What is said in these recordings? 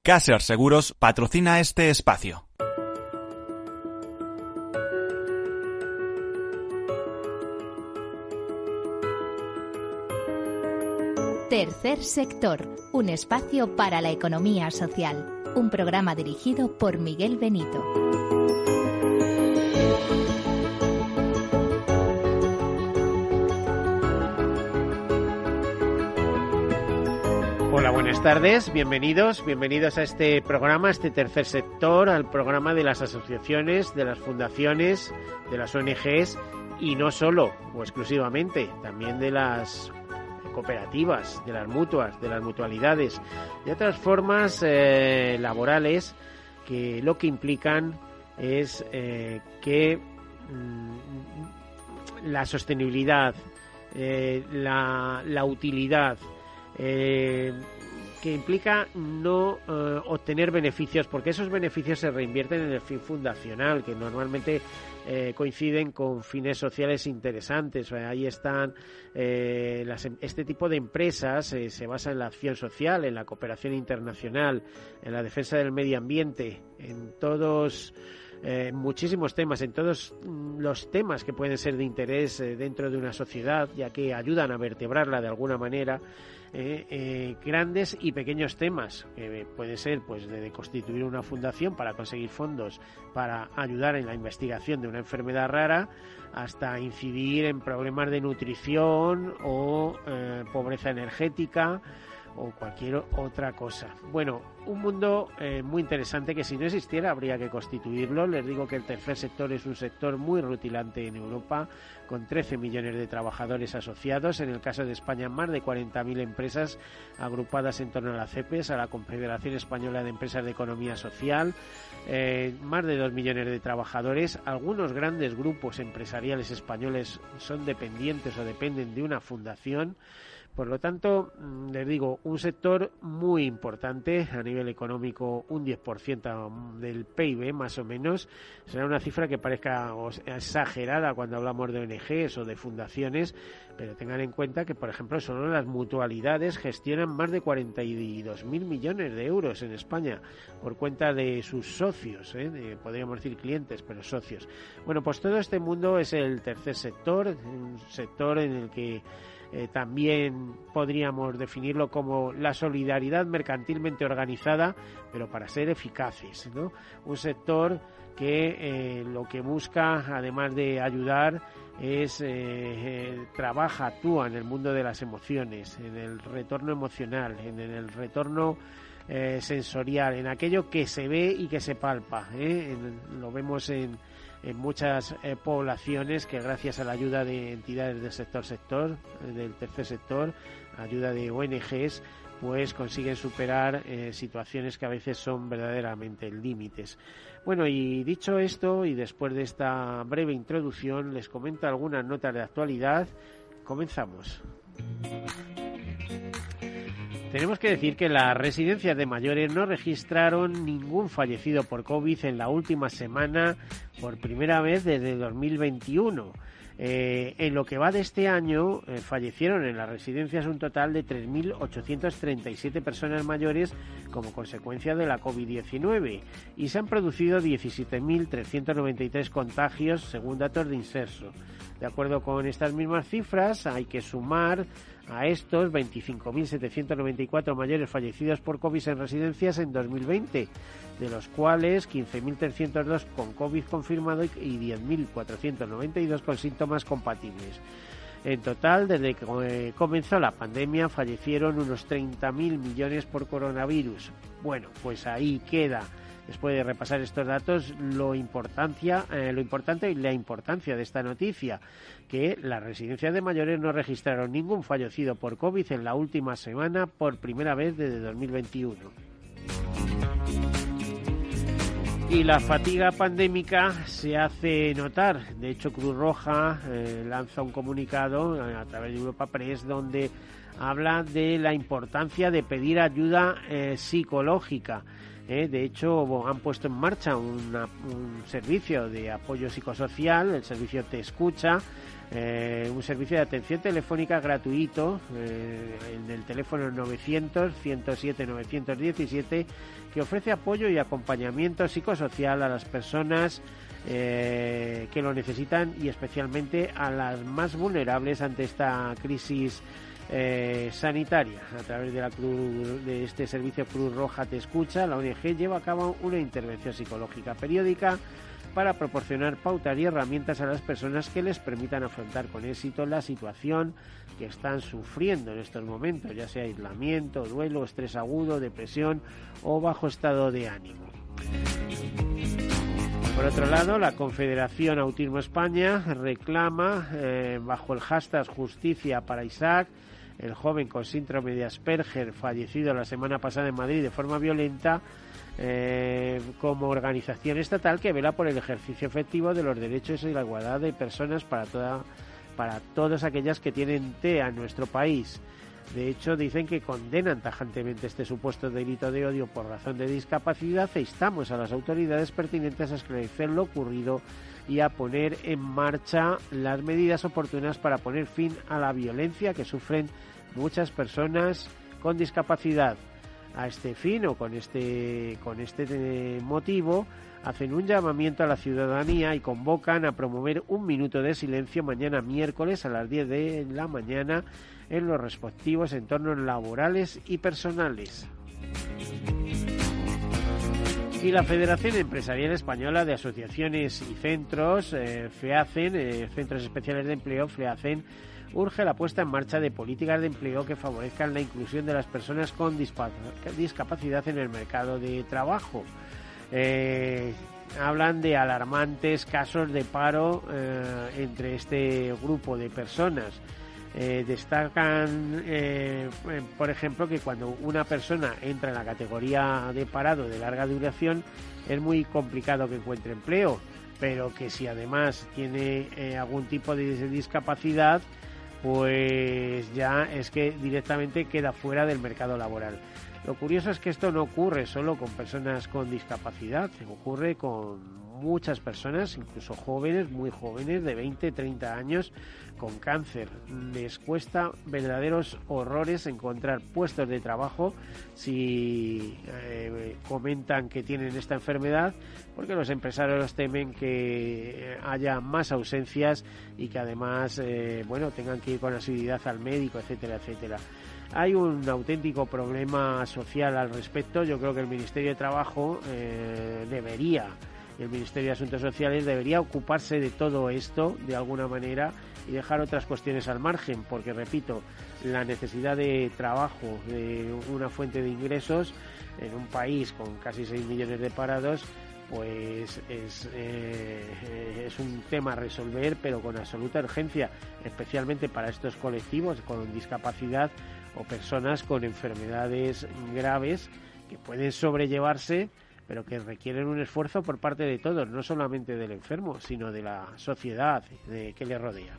Caser Seguros patrocina este espacio. Tercer sector, un espacio para la economía social. Un programa dirigido por Miguel Benito. Hola, buenas tardes, bienvenidos a este programa, este tercer sector, al programa de las asociaciones, de las fundaciones, de las ONGs y no solo o exclusivamente, también de las cooperativas, de las mutuas, de las mutualidades, de otras formas laborales que lo que implican es que la sostenibilidad, la utilidad, que implica no obtener beneficios, porque esos beneficios se reinvierten en el fin fundacional, que normalmente coinciden con fines sociales interesantes. Ahí están este tipo de empresas, se basa en la acción social, en la cooperación internacional, en la defensa del medio ambiente, en todos muchísimos temas, en todos los temas que pueden ser de interés dentro de una sociedad, ya que ayudan a vertebrarla de alguna manera. Grandes y pequeños temas que puede ser pues de constituir una fundación para conseguir fondos para ayudar en la investigación de una enfermedad rara, hasta incidir en problemas de nutrición o pobreza energética o cualquier otra cosa. Bueno, un mundo muy interesante que si no existiera habría que constituirlo. Les digo que el tercer sector es un sector muy rutilante en Europa, con 13 millones de trabajadores asociados. En el caso de España, más de 40.000 empresas agrupadas en torno a la CEPES, a la Confederación Española de Empresas de Economía Social, más de 2 millones de trabajadores. Algunos grandes grupos empresariales españoles son dependientes o dependen de una fundación. Por lo tanto, les digo, un sector muy importante a nivel económico, un 10% del PIB más o menos. Será una cifra que parezca exagerada cuando hablamos de ONGs o de fundaciones, pero tengan en cuenta que, por ejemplo, solo las mutualidades gestionan más de 42.000 millones de euros en España por cuenta de sus socios, podríamos decir clientes, pero socios. Bueno, pues todo este mundo es el tercer sector, un sector en el que también podríamos definirlo como la solidaridad mercantilmente organizada, pero para ser eficaces, ¿no? Un sector que lo que busca, además de ayudar, es actúa en el mundo de las emociones, en el retorno emocional, en el retorno sensorial, en aquello que se ve y que se palpa, lo vemos en muchas poblaciones que gracias a la ayuda de entidades del tercer sector, ayuda de ONGs, pues consiguen superar situaciones que a veces son verdaderamente límites. Bueno, y dicho esto, y después de esta breve introducción, les comento algunas notas de actualidad. Comenzamos. Tenemos que decir que las residencias de mayores no registraron ningún fallecido por COVID en la última semana por primera vez desde 2021. En lo que va de este año, fallecieron en las residencias un total de 3.837 personas mayores como consecuencia de la COVID-19 y se han producido 17.393 contagios según datos de Inserso. De acuerdo con estas mismas cifras, hay que sumar a estos 25.794 mayores fallecidos por COVID en residencias en 2020, de los cuales 15.302 con COVID confirmado y 10.492 con síntomas compatibles. En total, desde que comenzó la pandemia, fallecieron unos 30.000 millones por coronavirus. Bueno, pues ahí queda, después de repasar estos datos, lo importante y la importancia de esta noticia, que las residencias de mayores no registraron ningún fallecido por COVID en la última semana por primera vez desde 2021. Y la fatiga pandémica se hace notar. De hecho, Cruz Roja lanza un comunicado a través de Europa Press donde habla de la importancia de pedir ayuda psicológica. De hecho, han puesto en marcha un servicio de apoyo psicosocial, el servicio Te Escucha, un servicio de atención telefónica gratuito en el teléfono 900-107-917, que ofrece apoyo y acompañamiento psicosocial a las personas que lo necesitan, y especialmente a las más vulnerables ante esta crisis sanitaria. A través de este servicio Cruz Roja Te Escucha, la ONG lleva a cabo una intervención psicológica periódica para proporcionar pautas y herramientas a las personas que les permitan afrontar con éxito la situación que están sufriendo en estos momentos, ya sea aislamiento, duelo, estrés agudo, depresión o bajo estado de ánimo. Por otro lado, la Confederación Autismo España reclama, bajo el hashtag Justicia para Isaac, el joven con síndrome de Asperger fallecido la semana pasada en Madrid de forma violenta, como organización estatal que vela por el ejercicio efectivo de los derechos y la igualdad de personas para todas aquellas que tienen TEA en nuestro país. De hecho, dicen que condenan tajantemente este supuesto delito de odio por razón de discapacidad e instamos a las autoridades pertinentes a esclarecer lo ocurrido y a poner en marcha las medidas oportunas para poner fin a la violencia que sufren muchas personas con discapacidad. A este fin, o con este motivo, hacen un llamamiento a la ciudadanía y convocan a promover un minuto de silencio mañana miércoles a las 10 de la mañana en los respectivos entornos laborales y personales. Y la Federación Empresarial Española de Asociaciones y Centros, FEACEN, Centros Especiales de Empleo, FEACEN, urge la puesta en marcha de políticas de empleo que favorezcan la inclusión de las personas con discapacidad en el mercado de trabajo. Hablan de alarmantes casos de paro entre este grupo de personas. Destacan, por ejemplo, que cuando una persona entra en la categoría de parado de larga duración es muy complicado que encuentre empleo, pero que si además tiene algún tipo de discapacidad, pues ya es que directamente queda fuera del mercado laboral. Lo curioso es que esto no ocurre solo con personas con discapacidad, ocurre con muchas personas, incluso jóvenes, muy jóvenes, de 20, 30 años, con cáncer. Les cuesta verdaderos horrores encontrar puestos de trabajo si comentan que tienen esta enfermedad, porque los empresarios temen que haya más ausencias y que además tengan que ir con asiduidad al médico, etcétera, etcétera. Hay un auténtico problema social al respecto. Yo creo que el Ministerio de Trabajo el Ministerio de Asuntos Sociales debería ocuparse de todo esto de alguna manera y dejar otras cuestiones al margen, porque repito, la necesidad de trabajo, de una fuente de ingresos en un país con casi 6 millones de parados, pues es un tema a resolver, pero con absoluta urgencia, especialmente para estos colectivos con discapacidad o personas con enfermedades graves que pueden sobrellevarse, pero que requieren un esfuerzo por parte de todos, no solamente del enfermo, sino de la sociedad que le rodea.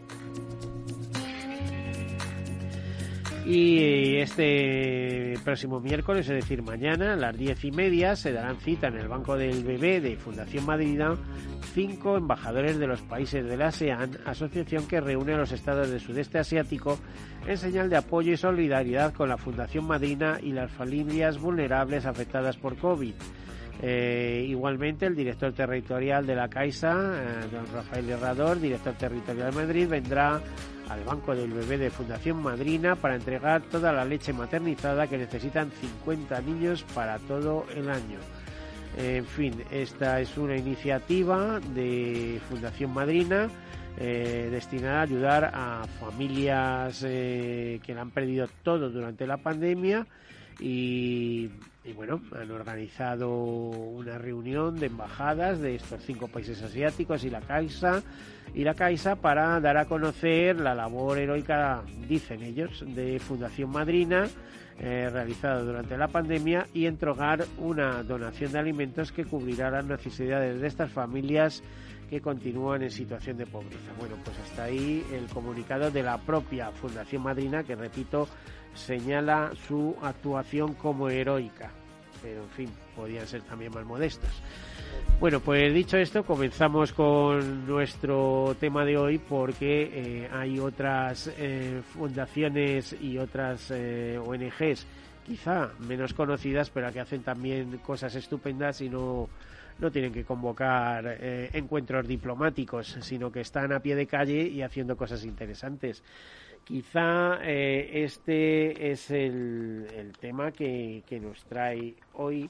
Y este próximo miércoles, es decir, mañana, a las 10:30, se darán cita en el Banco del Bebé de Fundación Madrina 5 embajadores de los países de la ASEAN, asociación que reúne a los estados del sudeste asiático en señal de apoyo y solidaridad con la Fundación Madrina y las familias vulnerables afectadas por COVID. Igualmente, el director territorial de la Caixa, don Rafael Herrador, director territorial de Madrid, vendrá al Banco del Bebé de Fundación Madrina para entregar toda la leche maternizada que necesitan 50 niños para todo el año. En fin, esta es una iniciativa de Fundación Madrina destinada a ayudar a familias que lo han perdido todo durante la pandemia y bueno, han organizado una reunión de embajadas de estos 5 países asiáticos y la Caixa para dar a conocer la labor heroica, dicen ellos, de Fundación Madrina realizada durante la pandemia y entregar una donación de alimentos que cubrirá las necesidades de estas familias que continúan en situación de pobreza. Bueno, pues hasta ahí el comunicado de la propia Fundación Madrina, que repito, señala su actuación como heroica, pero en fin, podían ser también más modestos. Bueno, pues dicho esto, comenzamos con nuestro tema de hoy porque hay otras fundaciones y otras ONGs quizá menos conocidas, pero que hacen también cosas estupendas y no tienen que convocar encuentros diplomáticos, sino que están a pie de calle y haciendo cosas interesantes. Quizá este es el tema que nos trae hoy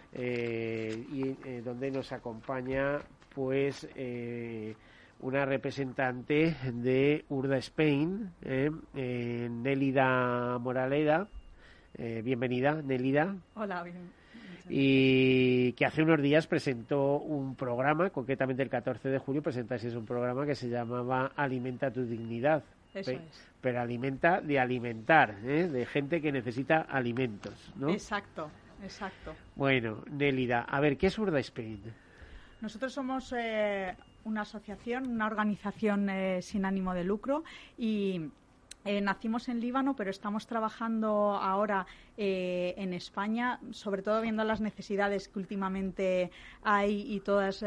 donde nos acompaña pues una representante de Urda Spain, Nélida Moraleda. Bienvenida, Nélida. Hola, bien. Y que hace unos días presentó un programa, concretamente el 14 de julio presentasteis un programa que se llamaba Alimenta tu dignidad. Eso es. Pero alimenta de alimentar, de gente que necesita alimentos, ¿no? Exacto. Bueno, Nélida, a ver, ¿qué es Urda Spain? Nosotros somos una asociación, una organización sin ánimo de lucro y nacimos en Líbano, pero estamos trabajando ahora en España, sobre todo viendo las necesidades que últimamente hay y todas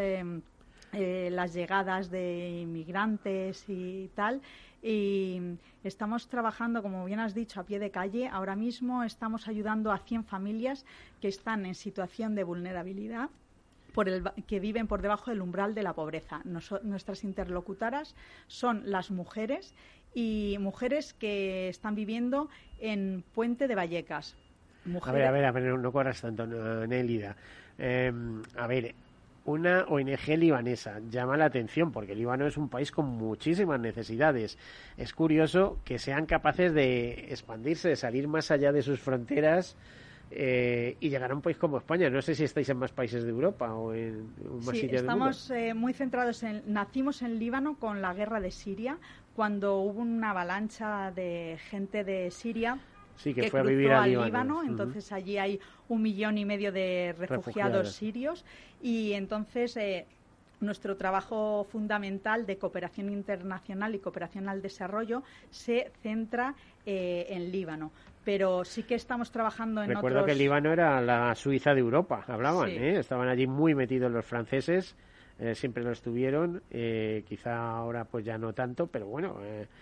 las llegadas de inmigrantes y tal. Y estamos trabajando, como bien has dicho, a pie de calle. Ahora mismo estamos ayudando a 100 familias que están en situación de vulnerabilidad, que viven por debajo del umbral de la pobreza. Nuestras interlocutoras son las mujeres y mujeres que están viviendo en Puente de Vallecas. A ver, no corras tanto, Nélida. A ver, una ONG libanesa llama la atención porque Líbano es un país con muchísimas necesidades. Es curioso que sean capaces de expandirse, de salir más allá de sus fronteras y llegar a un país como España. No sé si estáis en más países de Europa o en más sitios del mundo. Sí, estamos muy centrados nacimos en Líbano con la guerra de Siria, cuando hubo una avalancha de gente de Siria. Sí, que fue a vivir a Líbano. Entonces allí hay 1,5 millones de refugiados sirios y entonces nuestro trabajo fundamental de cooperación internacional y cooperación al desarrollo se centra en Líbano. Pero sí que estamos trabajando en Recuerdo que Líbano era la Suiza de Europa, hablaban, sí. Estaban allí muy metidos los franceses. Siempre lo estuvieron, quizá ahora pues ya no tanto, pero bueno,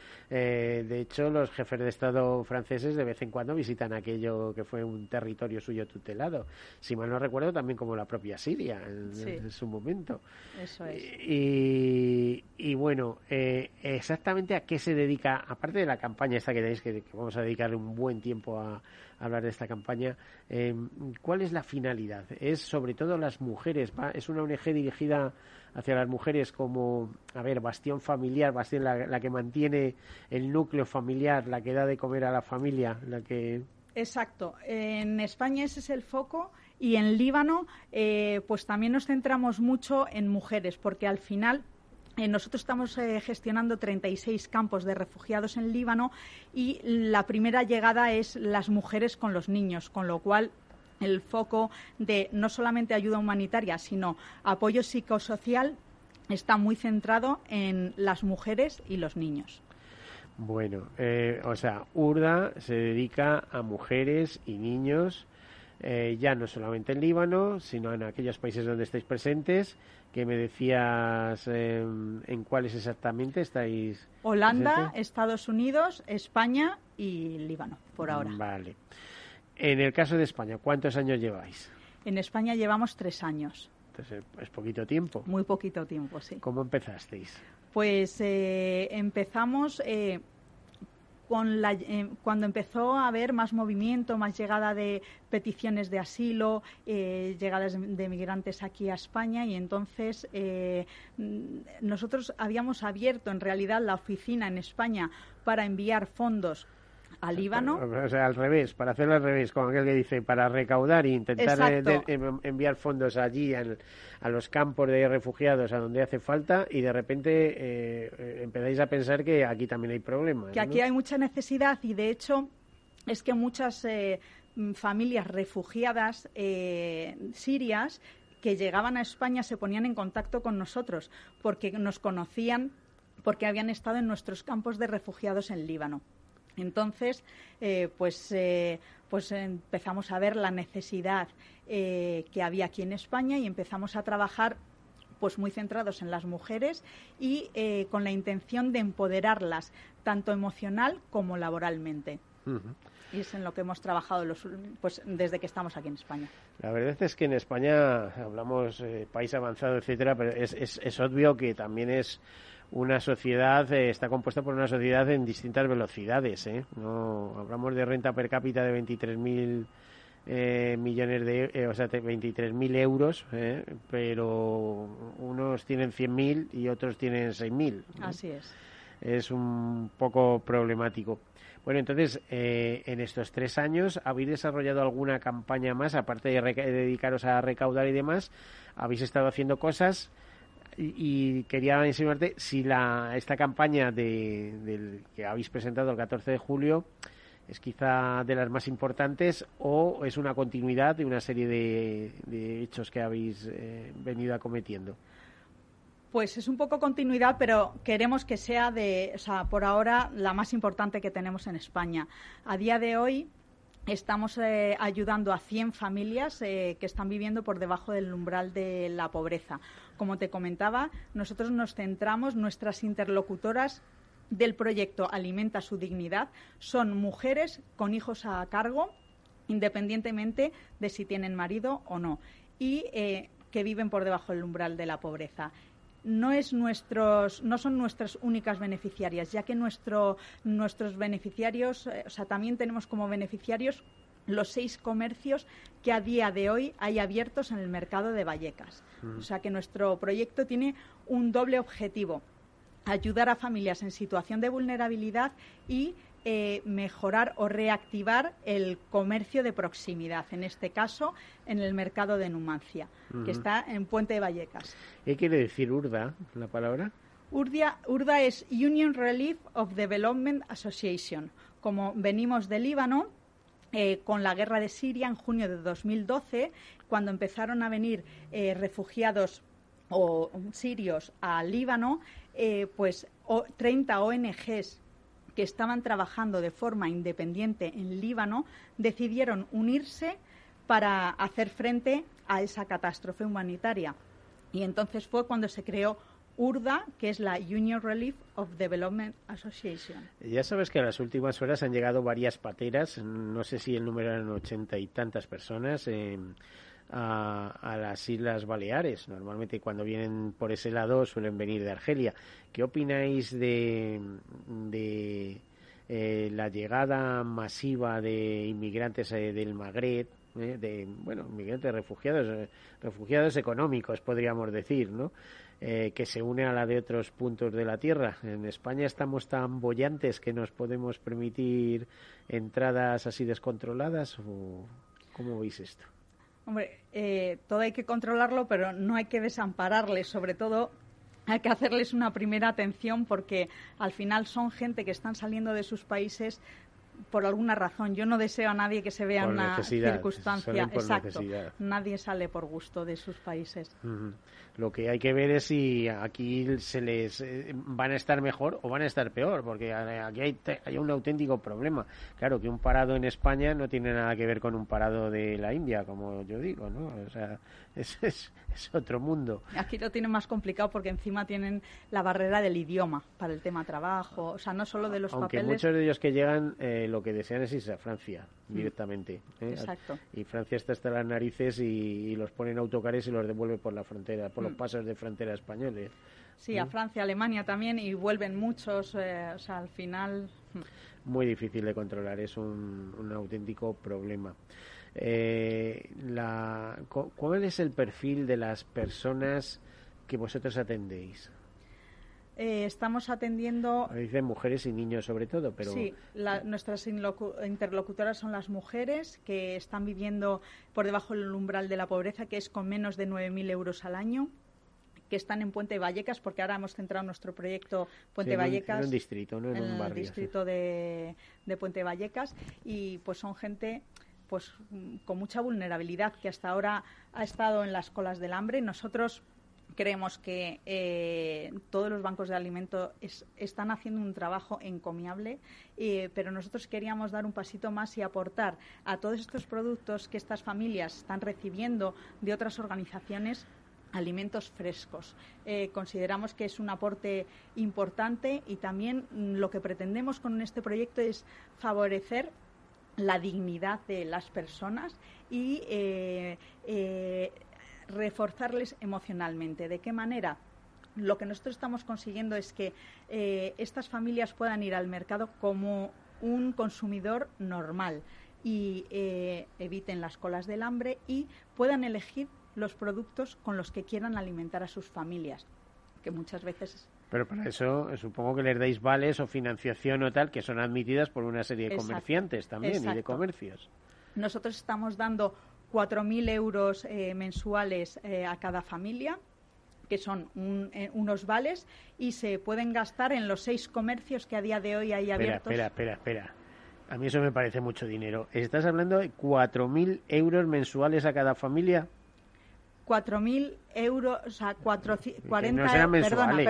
de hecho los jefes de Estado franceses de vez en cuando visitan aquello que fue un territorio suyo tutelado, si mal no recuerdo también como la propia Siria en su momento. Eso es. Y bueno, exactamente a qué se dedica, aparte de la campaña esta que tenéis, que vamos a dedicarle un buen tiempo a hablar de esta campaña, ¿cuál es la finalidad? Es sobre todo las mujeres, es una ONG dirigida hacia las mujeres como, bastión familiar, bastión la que mantiene el núcleo familiar, la que da de comer a la familia, la que... Exacto. En España ese es el foco y en Líbano pues también nos centramos mucho en mujeres, porque al final nosotros estamos gestionando 36 campos de refugiados en Líbano y la primera llegada es las mujeres con los niños, con lo cual el foco de no solamente ayuda humanitaria, sino apoyo psicosocial está muy centrado en las mujeres y los niños. Bueno, Urda se dedica a mujeres y niños, ya no solamente en Líbano, sino en aquellos países donde estáis presentes, que me decías en cuáles exactamente estáis. Holanda, presentes. Estados Unidos, España y Líbano, por ahora. Vale. En el caso de España, ¿cuántos años lleváis? En España llevamos 3 años. Entonces, es poquito tiempo. Muy poquito tiempo, sí. ¿Cómo empezasteis? Pues empezamos cuando empezó a haber más movimiento, más llegada de peticiones de asilo, llegadas de migrantes aquí a España y entonces nosotros habíamos abierto en realidad la oficina en España para enviar fondos a Líbano. O sea, al revés, para hacerlo al revés, como aquel que dice, para recaudar e intentar enviar fondos allí a los campos de refugiados a donde hace falta y de repente empezáis a pensar que aquí también hay problemas. Que aquí hay mucha necesidad y de hecho es que muchas familias refugiadas sirias que llegaban a España se ponían en contacto con nosotros porque nos conocían, porque habían estado en nuestros campos de refugiados en Líbano. Entonces, pues empezamos a ver la necesidad que había aquí en España y empezamos a trabajar pues muy centrados en las mujeres y con la intención de empoderarlas tanto emocional como laboralmente. Y es en lo que hemos trabajado desde que estamos aquí en España. La verdad es que en España hablamos país avanzado, etcétera, pero es obvio que también es una sociedad, está compuesta por una sociedad en distintas velocidades, No hablamos de renta per cápita de 23.000 millones de, o sea, 23.000 euros, pero unos tienen 100.000 y otros tienen 6.000, ¿no? Así es. Es un poco problemático. Bueno, entonces, en estos 3 años, ¿habéis desarrollado alguna campaña más, aparte de dedicaros a recaudar y demás? ¿Habéis estado haciendo cosas? Y quería insinuarte si esta campaña que habéis presentado el 14 de julio es quizá de las más importantes o es una continuidad de una serie de hechos que habéis venido acometiendo. Pues es un poco continuidad, pero queremos que sea por ahora la más importante que tenemos en España. A día de hoy estamos ayudando a 100 familias que están viviendo por debajo del umbral de la pobreza. Como te comentaba, nosotros nos centramos, nuestras interlocutoras del proyecto Alimenta su Dignidad son mujeres con hijos a cargo, independientemente de si tienen marido o no, y que viven por debajo del umbral de la pobreza. No son nuestras únicas beneficiarias, ya que nuestros beneficiarios, también tenemos como beneficiarios los 6 comercios que a día de hoy hay abiertos en el mercado de Vallecas. O sea que nuestro proyecto tiene un doble objetivo: ayudar a familias en situación de vulnerabilidad y mejorar o reactivar el comercio de proximidad, en este caso en el mercado de Numancia, que está en Puente de Vallecas. ¿Qué quiere decir URDA, la palabra? URDA es Union Relief of Development Association. Como venimos de Líbano, con la guerra de Siria en junio de 2012, cuando empezaron a venir refugiados o sirios al Líbano, 30 ONGs que estaban trabajando de forma independiente en Líbano decidieron unirse para hacer frente a esa catástrofe humanitaria. Y entonces fue cuando se creó URDA, que es la Union Relief of Development Association. Ya sabes que en las últimas horas han llegado varias pateras, no sé si el número eran 80 y tantas personas, a las Islas Baleares. Normalmente cuando vienen por ese lado suelen venir de Argelia. ¿Qué opináis de la llegada masiva de inmigrantes del Magreb, inmigrantes refugiados económicos, podríamos decir, ¿no? Que se une a la de otros puntos de la tierra? En España estamos tan bollantes que nos podemos permitir entradas así descontroladas, ¿o cómo veis esto? Hombre, todo hay que controlarlo, pero no hay que desampararles. Sobre todo hay que hacerles una primera atención, porque al final son gente que están saliendo de sus países por alguna razón. Yo no deseo a nadie que se vea en una circunstancia. Exacto. Nadie sale por gusto de sus países. Lo que hay que ver es si aquí se les van a estar mejor o van a estar peor, porque aquí hay un auténtico problema. Claro que un parado en España no tiene nada que ver con un parado de la India, como yo digo, ¿no? O sea, es otro mundo. Aquí lo tienen más complicado porque encima tienen la barrera del idioma para el tema trabajo, o sea, no solo de los Aunque papeles. Muchos de ellos que llegan lo que desean es irse a Francia directamente. Exacto. Y Francia está hasta las narices y los pone en autocares y los devuelve por la frontera, por los pasos de frontera españoles. Sí, a Francia, Alemania también, y vuelven muchos, al final. Muy difícil de controlar, es un auténtico problema. ¿Cuál es el perfil de las personas que vosotros atendéis? Estamos atendiendo... Dicen mujeres y niños sobre todo, pero... Sí, nuestras interlocutoras son las mujeres que están viviendo por debajo del umbral de la pobreza, que es con menos de 9.000 euros al año, que están en Puente Vallecas, porque ahora hemos centrado nuestro proyecto Puente Vallecas. En un distrito, no en un barrio. En el distrito de Puente Vallecas, y pues son gente pues con mucha vulnerabilidad, que hasta ahora ha estado en las colas del hambre. Nosotros creemos que todos los bancos de alimento están haciendo un trabajo encomiable, pero nosotros queríamos dar un pasito más y aportar a todos estos productos que estas familias están recibiendo de otras organizaciones, alimentos frescos. Consideramos que es un aporte importante y también lo que pretendemos con este proyecto es favorecer la dignidad de las personas y reforzarles emocionalmente. ¿De qué manera? Lo que nosotros estamos consiguiendo es que estas familias puedan ir al mercado como un consumidor normal y eviten las colas del hambre y puedan elegir los productos con los que quieran alimentar a sus familias, que muchas veces... Pero para eso supongo que les dais vales o financiación o tal, que son admitidas por una serie de comerciantes también y de comercios. Nosotros estamos dando 4.000 euros mensuales a cada familia, que son unos vales, y se pueden gastar en los 6 comercios que a día de hoy hay abiertos. Espera. A mí eso me parece mucho dinero. ¿Estás hablando de 4.000 euros mensuales a cada familia? 4.000 euros, o sea, 40... No serán mensuales.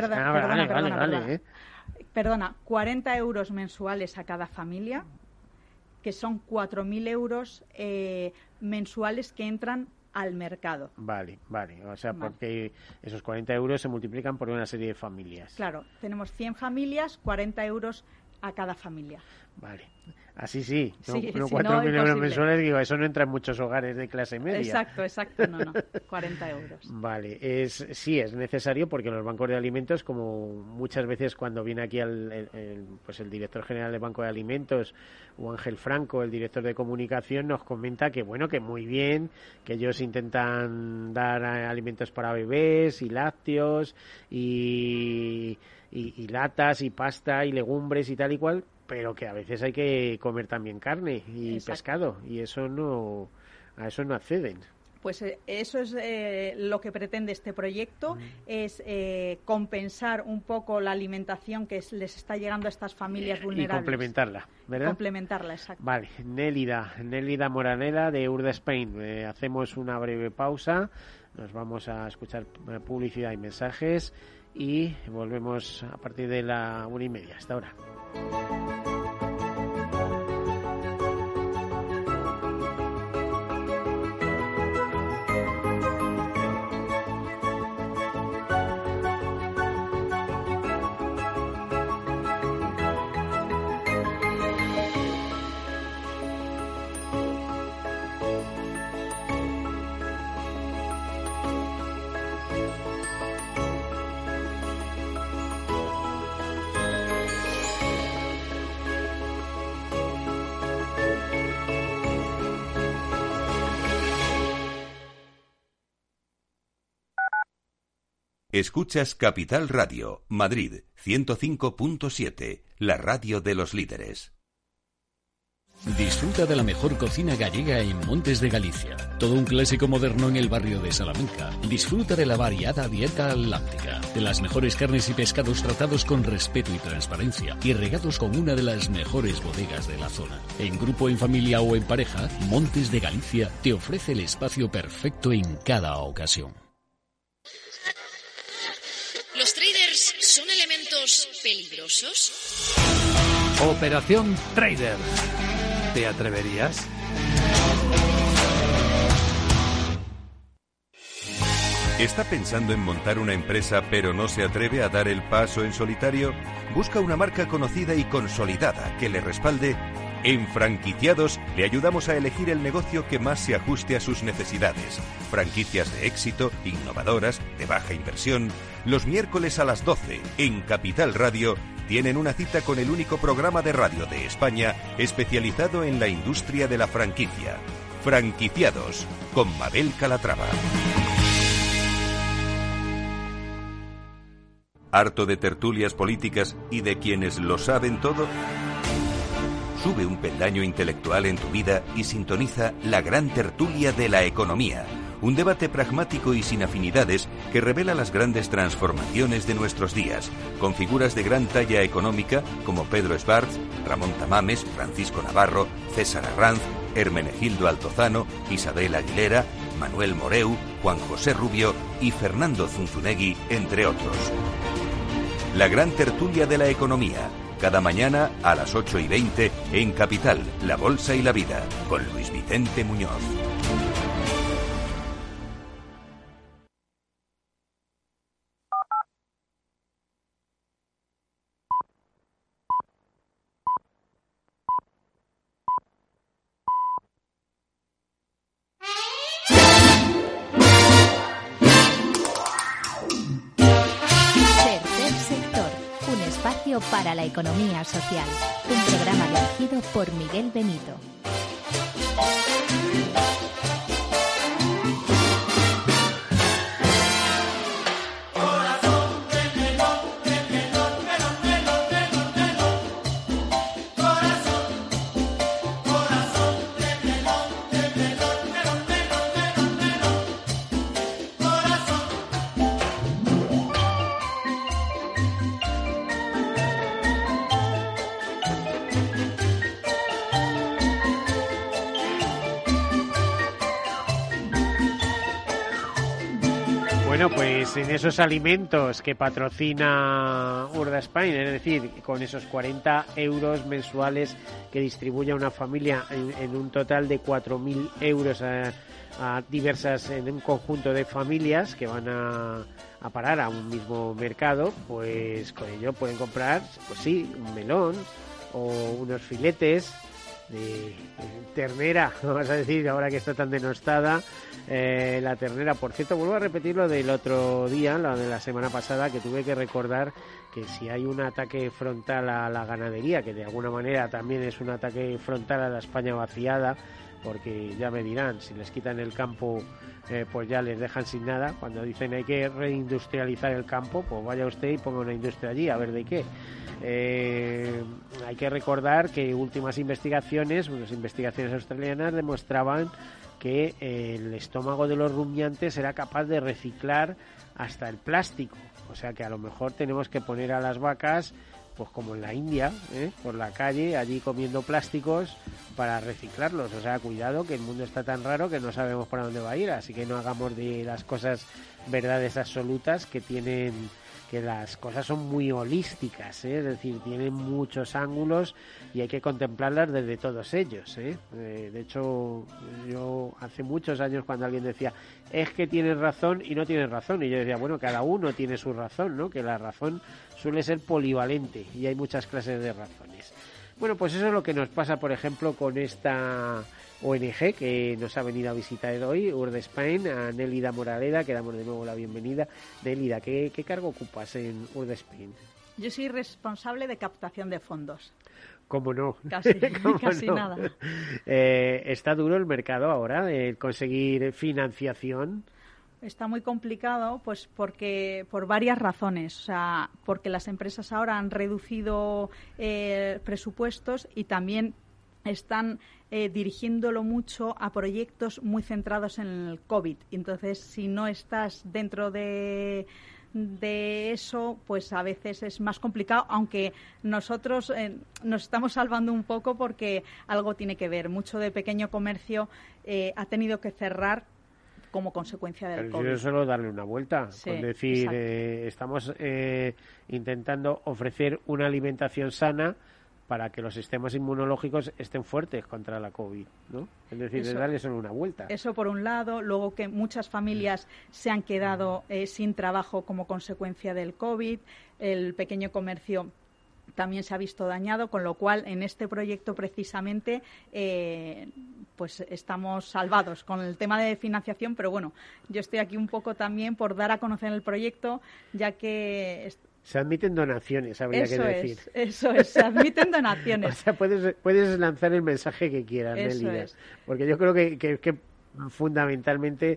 Perdona, 40 euros mensuales a cada familia, que son 4.000 euros mensuales que entran al mercado. Vale. O sea, porque esos 40 euros se multiplican por una serie de familias. Claro, tenemos 100 familias, 40 euros a cada familia. Vale. Así sí. No 4.000 no, euros mensuales, digo, eso no entra en muchos hogares de clase media. Exacto, no. 40 euros. Vale, sí es necesario porque los bancos de alimentos, como muchas veces cuando viene aquí el director general del Banco de Alimentos o Ángel Franco, el director de comunicación, nos comenta que bueno, que muy bien, que ellos intentan dar alimentos para bebés y lácteos y latas y pasta y legumbres y tal y cual, pero que a veces hay que comer también carne y pescado, y a eso no acceden. Pues eso es lo que pretende este proyecto, es compensar un poco la alimentación que les está llegando a estas familias vulnerables. Y complementarla, ¿verdad? Complementarla, exacto. Vale, Nélida Moraneda de Urda Spain. Hacemos una breve pausa, nos vamos a escuchar publicidad y mensajes y volvemos a partir de la 1:30. Hasta ahora. Escuchas Capital Radio, Madrid, 105.7, la radio de los líderes. Disfruta de la mejor cocina gallega en Montes de Galicia. Todo un clásico moderno en el barrio de Salamanca. Disfruta de la variada dieta atlántica, de las mejores carnes y pescados tratados con respeto y transparencia y regados con una de las mejores bodegas de la zona. En grupo, en familia o en pareja, Montes de Galicia te ofrece el espacio perfecto en cada ocasión. ¿Los traders son elementos peligrosos? Operación Trader. ¿Te atreverías? ¿Está pensando en montar una empresa pero no se atreve a dar el paso en solitario? ¿Busca una marca conocida y consolidada que le respalde? En Franquiciados le ayudamos a elegir el negocio que más se ajuste a sus necesidades. Franquicias de éxito, innovadoras, de baja inversión. Los miércoles a las 12 en Capital Radio tienen una cita con el único programa de radio de España especializado en la industria de la franquicia. Franquiciados, con Mabel Calatrava. ¿Harto de tertulias políticas y de quienes lo saben todo? Sube un peldaño intelectual en tu vida y sintoniza la gran tertulia de la economía. Un debate pragmático y sin afinidades que revela las grandes transformaciones de nuestros días, con figuras de gran talla económica como Pedro Esbarz, Ramón Tamames, Francisco Navarro, César Arranz, Hermenegildo Altozano, Isabel Aguilera, Manuel Moreu, Juan José Rubio y Fernando Zunzunegui, entre otros. La gran tertulia de la economía, cada mañana a las 8:20 en Capital, La Bolsa y la Vida, con Luis Vicente Muñoz. espacio para la economía social. Un programa dirigido por Miguel Benito. Bueno, pues en esos alimentos que patrocina Urda Spain, es decir, con esos 40 euros mensuales que distribuye una familia en un total de 4.000 euros a diversas, en un conjunto de familias que van a parar a un mismo mercado, pues con ello pueden comprar, pues sí, un melón o unos filetes de ternera, vamos a decir, ahora que está tan denostada la ternera. Por cierto, vuelvo a repetir lo del otro día, lo de la semana pasada, que tuve que recordar que si hay un ataque frontal a la ganadería, que de alguna manera también es un ataque frontal a la España vaciada, porque ya me dirán, si les quitan el campo, pues ya les dejan sin nada. Cuando dicen hay que reindustrializar el campo, pues vaya usted y ponga una industria allí, a ver de qué. Hay que recordar que últimas investigaciones, unas investigaciones australianas, demostraban que el estómago de los rumiantes era capaz de reciclar hasta el plástico. O sea que a lo mejor tenemos que poner a las vacas, pues como en la India, por la calle, allí comiendo plásticos para reciclarlos. O sea, cuidado, que el mundo está tan raro que no sabemos para dónde va a ir, así que no hagamos de las cosas verdades absolutas, que las cosas son muy holísticas, es decir, tienen muchos ángulos y hay que contemplarlas desde todos ellos. De hecho, yo hace muchos años, cuando alguien decía es que tienes razón y no tienes razón, y yo decía, bueno, cada uno tiene su razón, ¿no? Que la razón suele ser polivalente y hay muchas clases de razones. Bueno, pues eso es lo que nos pasa, por ejemplo, con esta ONG que nos ha venido a visitar hoy, Urda Spain, a Nélida Moraleda, que damos de nuevo la bienvenida. Nélida, ¿qué cargo ocupas en Urda Spain? Yo soy responsable de captación de fondos. ¿Cómo no? Casi no? Nada. ¿Está duro el mercado ahora de conseguir financiación? Está muy complicado, pues porque por varias razones, o sea, porque las empresas ahora han reducido presupuestos y también están dirigiéndolo mucho a proyectos muy centrados en el COVID. Entonces, si no estás dentro de eso, pues a veces es más complicado, aunque nosotros nos estamos salvando un poco porque algo tiene que ver. Mucho de pequeño comercio ha tenido que cerrar como consecuencia del COVID. Yo solo darle una vuelta, Sí, con decir, estamos intentando ofrecer una alimentación sana para que los sistemas inmunológicos estén fuertes contra la COVID, ¿no? Es decir, de darle solo una vuelta. Eso por un lado, luego que muchas familias se han quedado sin trabajo como consecuencia del COVID, el pequeño comercio también se ha visto dañado, con lo cual en este proyecto precisamente pues estamos salvados con el tema de financiación, pero bueno, yo estoy aquí un poco también por dar a conocer el proyecto, ya que se admiten donaciones, habría que decir. Eso es, se admiten donaciones. O sea, puedes lanzar el mensaje que quieras, Nélida, porque yo creo que fundamentalmente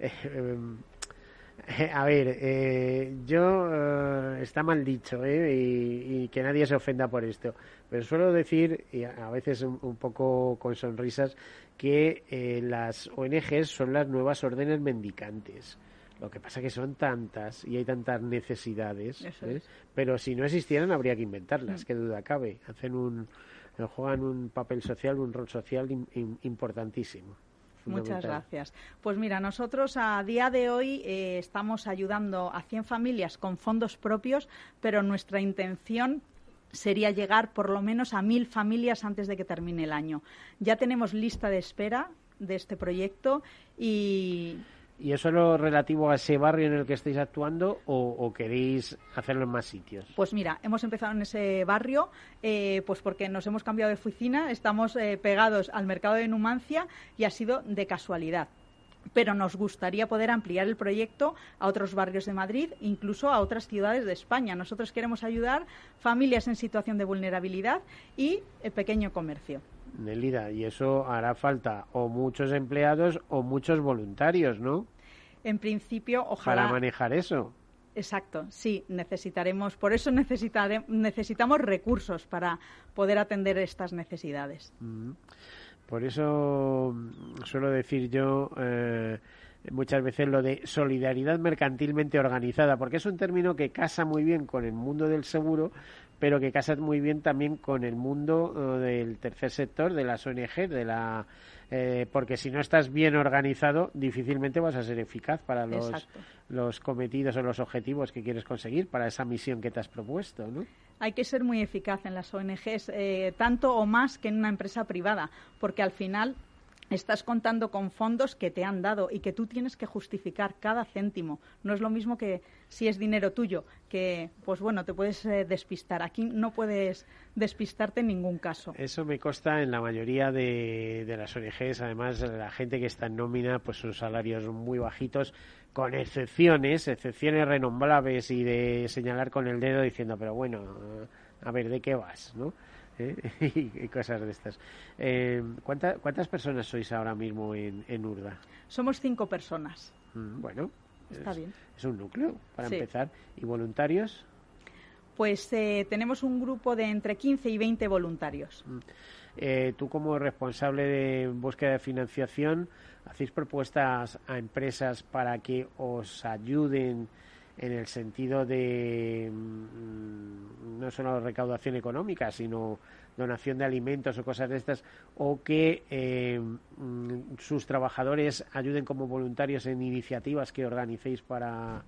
a ver, está mal dicho, y que nadie se ofenda por esto, pero suelo decir, y a veces un poco con sonrisas, que las ONGs son las nuevas órdenes mendicantes. Lo que pasa es que son tantas y hay tantas necesidades, pero si no existieran habría que inventarlas, qué duda cabe. Juegan un papel social, un rol social importantísimo. Muchas gracias. Pues mira, nosotros a día de hoy estamos ayudando a 100 familias con fondos propios, pero nuestra intención sería llegar por lo menos a 1.000 familias antes de que termine el año. Ya tenemos lista de espera de este proyecto ¿Y eso es lo relativo a ese barrio en el que estáis actuando o queréis hacerlo en más sitios? Pues mira, hemos empezado en ese barrio pues porque nos hemos cambiado de oficina, estamos pegados al mercado de Numancia y ha sido de casualidad. pero nos gustaría poder ampliar el proyecto a otros barrios de Madrid, incluso a otras ciudades de España. Nosotros queremos ayudar familias en situación de vulnerabilidad y el pequeño comercio. Nelida, y eso hará falta o muchos empleados o muchos voluntarios, ¿no? En principio, ojalá. Para manejar eso. Exacto, sí, necesitaremos, por eso necesitamos recursos para poder atender estas necesidades. Por eso suelo decir yo muchas veces lo de solidaridad mercantilmente organizada, porque es un término que casa muy bien con el mundo del seguro, pero que casa muy bien también con el mundo del tercer sector, de las ONG, porque si no estás bien organizado, difícilmente vas a ser eficaz para los cometidos o los objetivos que quieres conseguir, para esa misión que te has propuesto, ¿no? Hay que ser muy eficaz en las ONGs, tanto o más que en una empresa privada, porque al final estás contando con fondos que te han dado y que tú tienes que justificar cada céntimo. No es lo mismo que si es dinero tuyo, que pues bueno, te puedes despistar. Aquí no puedes despistarte en ningún caso. Eso me consta en la mayoría de las ONGs. Además, la gente que está en nómina, pues sus salarios muy bajitos, con excepciones renombrables y de señalar con el dedo diciendo, pero bueno, a ver, ¿de qué vas?, ¿no? Y cosas de estas. ¿Cuántas personas sois ahora mismo en Urda? Somos 5 personas. Bueno, está bien. Es un núcleo para empezar. ¿Y voluntarios? Pues tenemos un grupo de entre 15 y 20 voluntarios. Tú, como responsable de búsqueda de financiación, ¿hacéis propuestas a empresas para que os ayuden en el sentido de no solo recaudación económica, sino donación de alimentos o cosas de estas, o que sus trabajadores ayuden como voluntarios en iniciativas que organicéis para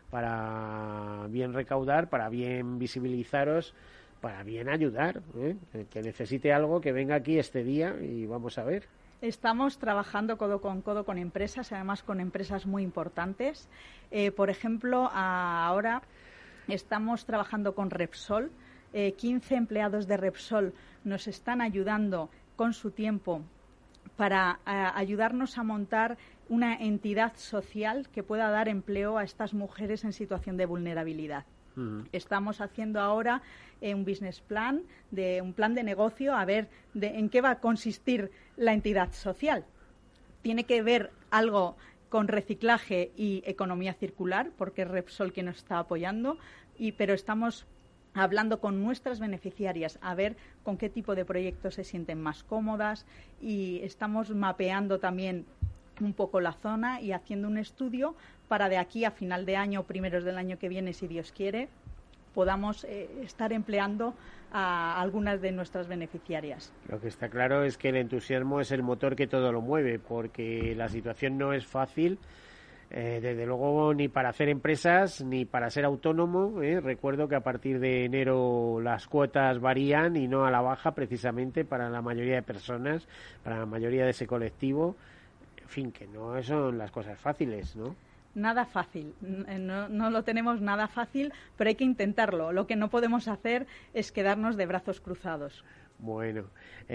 bien recaudar, para bien visibilizaros, para bien ayudar, que necesite algo, que venga aquí este día y vamos a ver? Estamos trabajando codo con empresas, además con empresas muy importantes. Por ejemplo, ahora estamos trabajando con Repsol. 15 empleados de Repsol nos están ayudando con su tiempo para ayudarnos a montar una entidad social que pueda dar empleo a estas mujeres en situación de vulnerabilidad. Estamos haciendo ahora un business plan, un plan de negocio, a ver en qué va a consistir la entidad social. Tiene que ver algo con reciclaje y economía circular, porque es Repsol quien nos está apoyando, pero estamos hablando con nuestras beneficiarias a ver con qué tipo de proyectos se sienten más cómodas, y estamos mapeando también un poco la zona y haciendo un estudio para de aquí a final de año, primeros del año que viene, si Dios quiere, podamos estar empleando a algunas de nuestras beneficiarias. Lo que está claro es que el entusiasmo es el motor que todo lo mueve, porque la situación no es fácil, desde luego ni para hacer empresas ni para ser autónomo. Recuerdo que a partir de enero las cuotas varían y no a la baja, precisamente para la mayoría de personas, para la mayoría de ese colectivo. En fin, que no son las cosas fáciles, ¿no? Nada fácil, no lo tenemos nada fácil, pero hay que intentarlo. Lo que no podemos hacer es quedarnos de brazos cruzados. Bueno,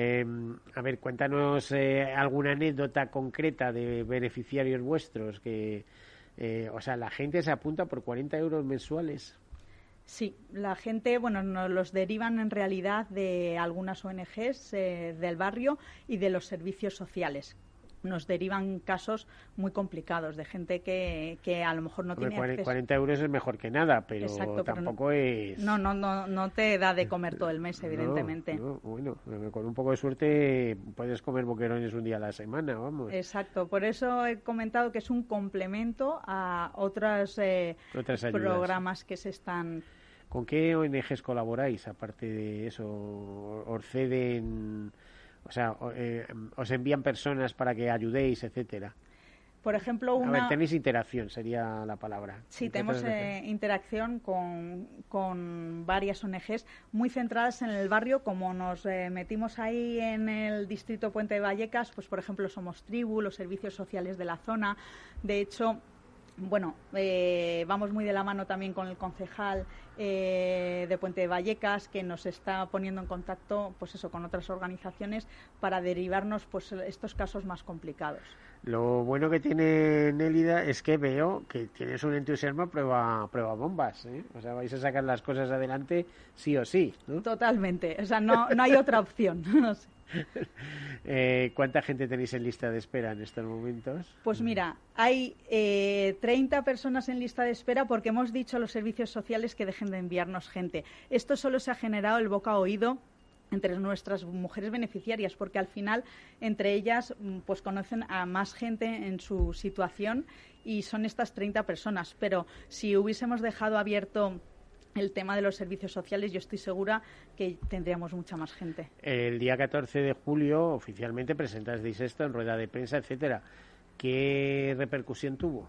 a ver, cuéntanos alguna anécdota concreta de beneficiarios vuestros, que, o sea, la gente se apunta por 40 euros mensuales. Sí, la gente, bueno, nos los derivan en realidad de algunas ONGs del barrio y de los servicios sociales. Nos derivan casos muy complicados de gente que a lo mejor no tiene acceso. 40 euros es mejor que nada, pero exacto, tampoco pero es... No te da de comer todo el mes, evidentemente. Bueno, con un poco de suerte puedes comer boquerones un día a la semana, vamos. Exacto, por eso he comentado que es un complemento a otras programas que se están... ¿Con qué ONGs colaboráis, aparte de eso? ¿Os ceden...? O sea, os envían personas para que ayudéis, etcétera. Por ejemplo, A ver, tenéis interacción, sería la palabra. Sí, tenemos interacción con varias ONGs muy centradas en el barrio. Como nos metimos ahí en el distrito Puente de Vallecas, pues por ejemplo somos Tribu, los servicios sociales de la zona. De hecho, Bueno, vamos muy de la mano también con el concejal de Puente de Vallecas, que nos está poniendo en contacto, pues eso, con otras organizaciones para derivarnos, pues, estos casos más complicados. Lo bueno que tiene Nélida es que veo que tienes un entusiasmo a prueba bombas, ¿eh? O sea, vais a sacar las cosas adelante sí o sí, ¿no? Totalmente, o sea, no hay otra opción. No sé. ¿Cuánta gente tenéis en lista de espera en estos momentos? Pues mira, hay 30 personas en lista de espera porque hemos dicho a los servicios sociales que dejen de enviarnos gente. Esto solo se ha generado el boca a oído entre nuestras mujeres beneficiarias, porque al final entre ellas pues conocen a más gente en su situación y son estas 30 personas. Pero si hubiésemos dejado abierto el tema de los servicios sociales, yo estoy segura que tendríamos mucha más gente. El día 14 de julio oficialmente presentasteis esto en rueda de prensa, etcétera. ¿Qué repercusión tuvo?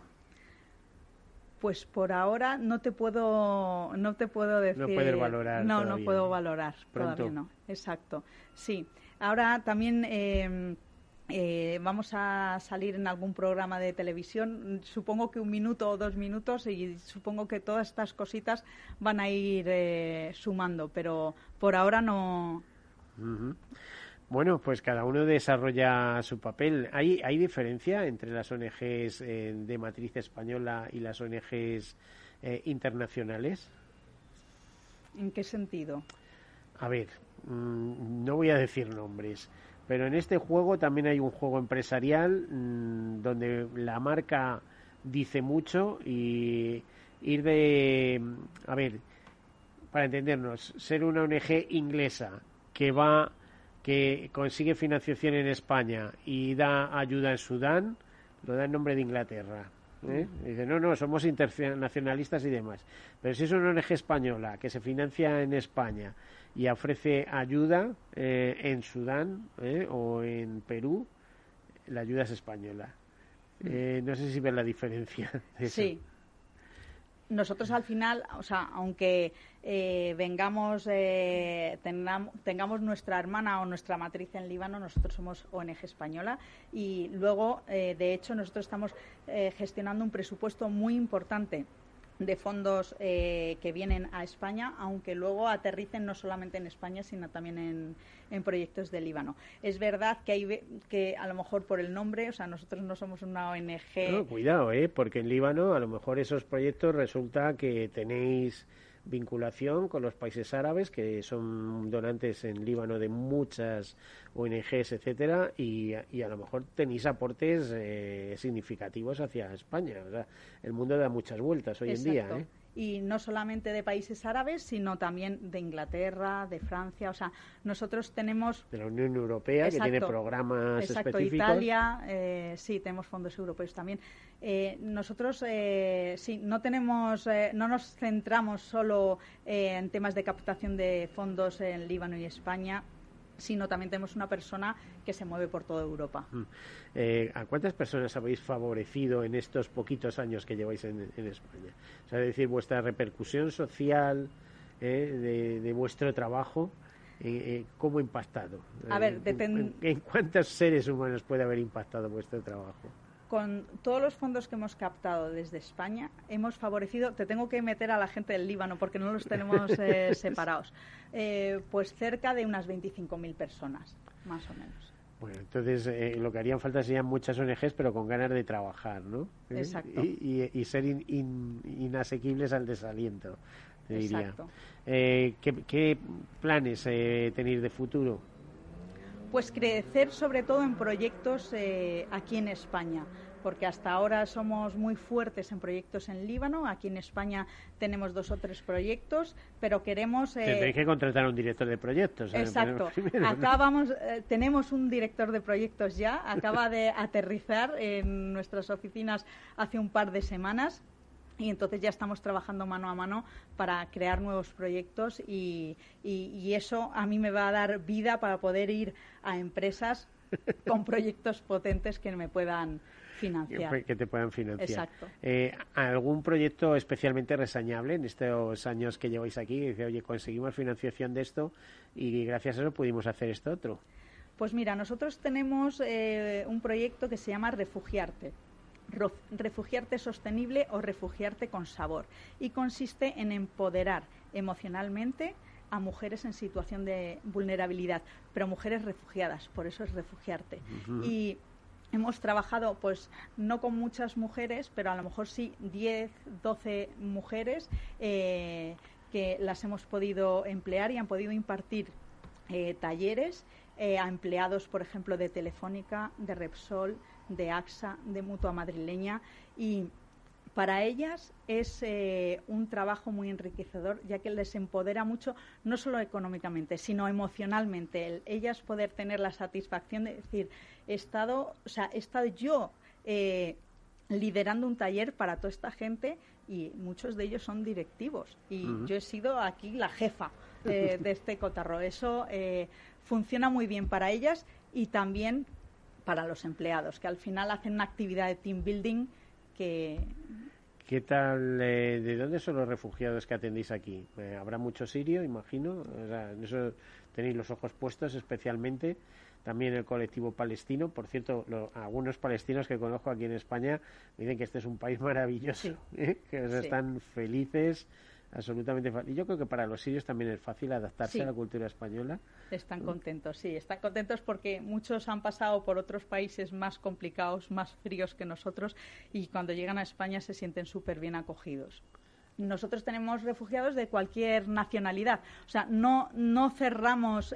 Pues por ahora no te puedo decir. No puedes valorar. No, todavía. no puedo valorar. Pronto. Todavía no. Exacto. Sí. Ahora también vamos a salir en algún programa de televisión. Supongo que 1 minuto o 2 minutos y supongo que todas estas cositas van a ir sumando, pero por ahora no. Uh-huh. Bueno, pues cada uno desarrolla su papel. ¿Hay diferencia entre las ONGs de matriz española y las ONGs internacionales? ¿En qué sentido? A ver, no voy a decir nombres, pero en este juego también hay un juego empresarial donde la marca dice mucho y ir de... A ver, para entendernos, ser una ONG inglesa que consigue financiación en España y da ayuda en Sudán, lo da en nombre de Inglaterra. Dice, no, somos internacionalistas y demás. Pero si es una ONG española que se financia en España y ofrece ayuda en Sudán o en Perú, la ayuda es española. No sé si ven la diferencia de eso. Sí. Nosotros al final, o sea, aunque tengamos nuestra hermana o nuestra matriz en Líbano, nosotros somos ONG española y luego, de hecho, nosotros estamos gestionando un presupuesto muy importante de fondos que vienen a España, aunque luego aterricen no solamente en España, sino también en proyectos de Líbano. Es verdad que a lo mejor por el nombre, o sea, nosotros no somos una ONG... No, cuidado, porque en Líbano a lo mejor esos proyectos resulta que tenéis vinculación con los países árabes, que son donantes en Líbano de muchas ONGs, etcétera, y a lo mejor tenéis aportes significativos hacia España. O sea, el mundo da muchas vueltas hoy Exacto. en día, Y no solamente de países árabes, sino también de Inglaterra, de Francia. O sea, nosotros tenemos... De la Unión Europea, Exacto. que tiene programas específicos. Italia, sí, tenemos fondos europeos también. Nosotros, sí, no nos centramos solo en temas de captación de fondos en Líbano y España, sino también tenemos una persona que se mueve por toda Europa. ¿A cuántas personas habéis favorecido en estos poquitos años que lleváis en España? O sea, es decir, vuestra repercusión social de vuestro trabajo, ¿cómo ha impactado? A ver, ¿En cuántos seres humanos puede haber impactado vuestro trabajo? Con todos los fondos que hemos captado desde España, hemos favorecido, te tengo que meter a la gente del Líbano porque no los tenemos separados, pues cerca de unas 25.000 personas, más o menos. Bueno, entonces lo que harían falta serían muchas ONGs, pero con ganas de trabajar, ¿no? Exacto. Y ser inasequibles al desaliento, te diría. Exacto. ¿Qué planes tenéis de futuro? Pues crecer sobre todo en proyectos aquí en España, porque hasta ahora somos muy fuertes en proyectos en Líbano. Aquí en España tenemos 2 o 3 proyectos, pero queremos... Tendréis que contratar a un director de proyectos. Exacto. Primero, acá tenemos un director de proyectos ya, acaba de aterrizar en nuestras oficinas hace un par de semanas. Y entonces ya estamos trabajando mano a mano para crear nuevos proyectos y eso a mí me va a dar vida para poder ir a empresas con proyectos potentes que me puedan financiar. Que te puedan financiar. Exacto. ¿Algún proyecto especialmente reseñable en estos años que lleváis aquí? Dice, oye, conseguimos financiación de esto y gracias a eso pudimos hacer esto otro. Pues mira, nosotros tenemos un proyecto que se llama Refugiarte. refugiarte sostenible o refugiarte con sabor. Y consiste en empoderar emocionalmente a mujeres en situación de vulnerabilidad, pero mujeres refugiadas, por eso es refugiarte. Y hemos trabajado, pues, no con muchas mujeres, pero a lo mejor sí 10, 12 mujeres que las hemos podido emplear y han podido impartir talleres a empleados, por ejemplo, de Telefónica, de Repsol, de AXA, de Mutua Madrileña, y para ellas es un trabajo muy enriquecedor, ya que les empodera mucho, no solo económicamente, sino emocionalmente. Ellas poder tener la satisfacción de decir, he estado yo liderando un taller para toda esta gente, y muchos de ellos son directivos. Y yo he sido aquí la jefa de este cotarro. Eso funciona muy bien para ellas y también para los empleados, que al final hacen una actividad de team building que... ¿Qué tal? ¿De dónde son los refugiados que atendéis aquí? ¿Habrá mucho sirio, imagino? O sea, en eso tenéis los ojos puestos especialmente. También el colectivo palestino. Por cierto, algunos palestinos que conozco aquí en España dicen que este es un país maravilloso, que están felices, absolutamente felices. Y yo creo que para los sirios también es fácil adaptarse a la cultura española. Están contentos, sí, están contentos porque muchos han pasado por otros países más complicados, más fríos que nosotros, y cuando llegan a España se sienten súper bien acogidos. Nosotros tenemos refugiados de cualquier nacionalidad, o sea, no cerramos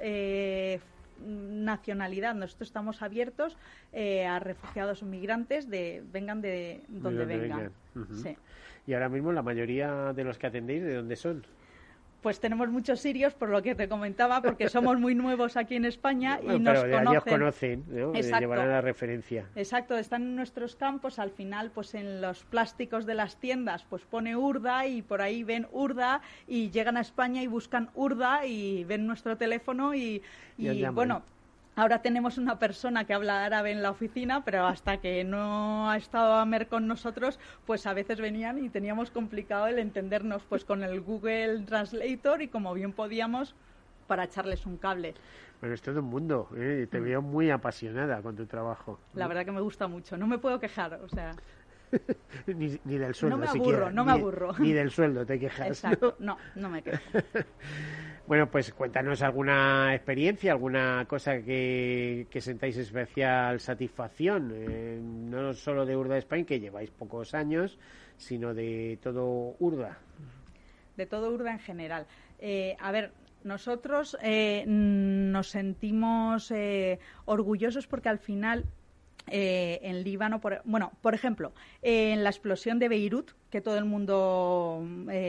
nacionalidad, nosotros estamos abiertos a refugiados migrantes, vengan de donde vengan. Sí. Y ahora mismo la mayoría de los que atendéis, ¿de dónde son? Pues tenemos muchos sirios, por lo que te comentaba, porque somos muy nuevos aquí en España y nos conocen, ¿no? Llevarán la referencia. Exacto, están en nuestros campos, al final, pues en los plásticos de las tiendas, pues pone Urda y por ahí ven Urda y llegan a España y buscan Urda y ven nuestro teléfono y bueno... Ahora tenemos una persona que habla árabe en la oficina, pero hasta que no ha estado Amer con nosotros, pues a veces venían y teníamos complicado el entendernos pues con el Google Translator y como bien podíamos para echarles un cable. Bueno, es todo un mundo, te veo muy apasionada con tu trabajo. La verdad que me gusta mucho, no me puedo quejar, o sea... ni del sueldo, no me aburro. Ni del sueldo te quejas. Exacto, no me quejo. Bueno, pues cuéntanos alguna experiencia, alguna cosa que sentáis especial satisfacción, no solo de Urda Spain, que lleváis pocos años, sino de todo Urda. De todo Urda en general. A ver, nosotros nos sentimos orgullosos porque al final... en Líbano, por ejemplo, en la explosión de Beirut, que todo el mundo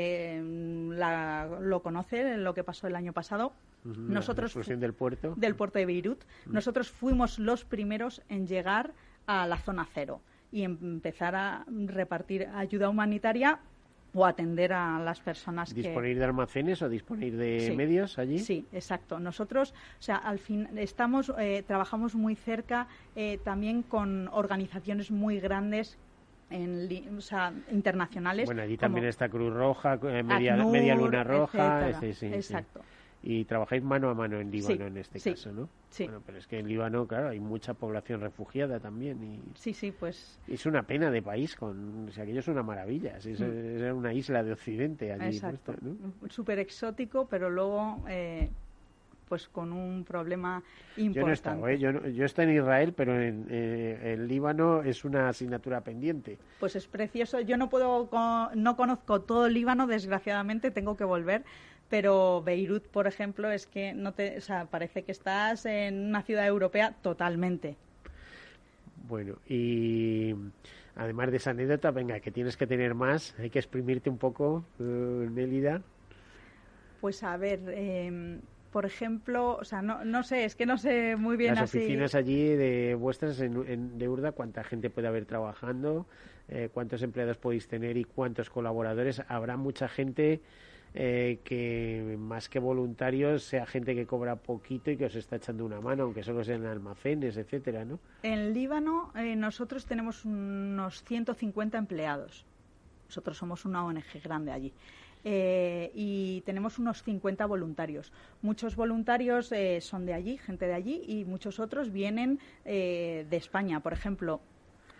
lo conoce, lo que pasó el año pasado. Nosotros la explosión del puerto de Beirut. Nosotros fuimos los primeros en llegar a la zona cero y empezar a repartir ayuda humanitaria o atender a las personas ¿Disponer de almacenes o disponer de medios allí? Sí, exacto. Nosotros, o sea, al fin trabajamos muy cerca también con organizaciones muy grandes internacionales. Bueno, allí también está Cruz Roja, Media Luna Roja. Exacto. Y trabajáis mano a mano en Líbano en este caso, ¿no? Sí. Bueno, pero es que en Líbano, claro, hay mucha población refugiada también. Sí, pues... Es una pena de país, o sea, aquello es una maravilla. Es una isla de Occidente allí. Exacto. Puesta, ¿no? Súper exótico, pero luego... pues con un problema importante. Yo he estado en Israel, pero en el Líbano es una asignatura pendiente. Pues es precioso. Yo no conozco todo el Líbano, desgraciadamente, tengo que volver, pero Beirut, por ejemplo, es que parece que estás en una ciudad europea totalmente. Bueno, y además de esa anécdota, venga, que tienes que tener más, hay que exprimirte un poco, Nélida. Pues a ver... por ejemplo, o sea, no sé, es que no sé muy bien las oficinas allí de vuestras de Urda, ¿cuánta gente puede haber trabajando? ¿Cuántos empleados podéis tener y cuántos colaboradores? ¿Habrá mucha gente que más que voluntarios sea gente que cobra poquito y que os está echando una mano, aunque solo sean almacenes, etcétera, ¿no? En Líbano nosotros tenemos unos 150 empleados. Nosotros somos una ONG grande allí. Y tenemos unos 50 voluntarios. Muchos voluntarios son de allí, gente de allí, y muchos otros vienen de España. Por ejemplo,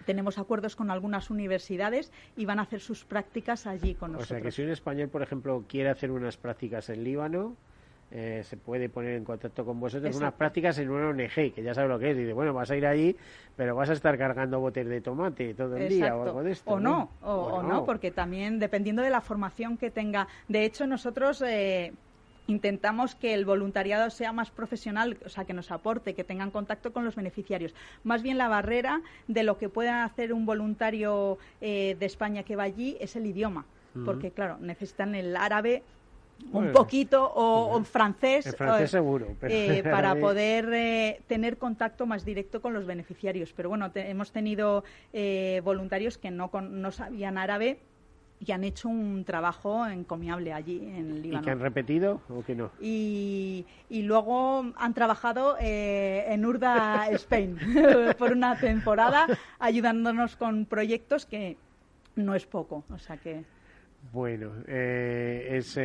Tenemos acuerdos con algunas universidades y van a hacer sus prácticas allí con nosotros. O sea, que si un español, por ejemplo, quiere hacer unas prácticas en Líbano, se puede poner en contacto con vosotros. Exacto. Unas prácticas en una ONG, que ya sabe lo que es. Dice, bueno, vas a ir allí, pero vas a estar cargando botes de tomate todo el día o algo de esto. O no, porque también dependiendo de la formación que tenga. De hecho, nosotros intentamos que el voluntariado sea más profesional, o sea, que nos aporte, que tengan contacto con los beneficiarios. Más bien la barrera de lo que pueda hacer un voluntario de España que va allí es el idioma, porque claro, necesitan el árabe un poquito o francés, el francés seguro, pero para poder tener contacto más directo con los beneficiarios. Pero bueno, hemos tenido voluntarios que no sabían árabe y han hecho un trabajo encomiable allí en el Líbano. ¿Y que han repetido o que no? Y luego han trabajado en Urda Spain por una temporada, ayudándonos con proyectos que no es poco, o sea que... Bueno, es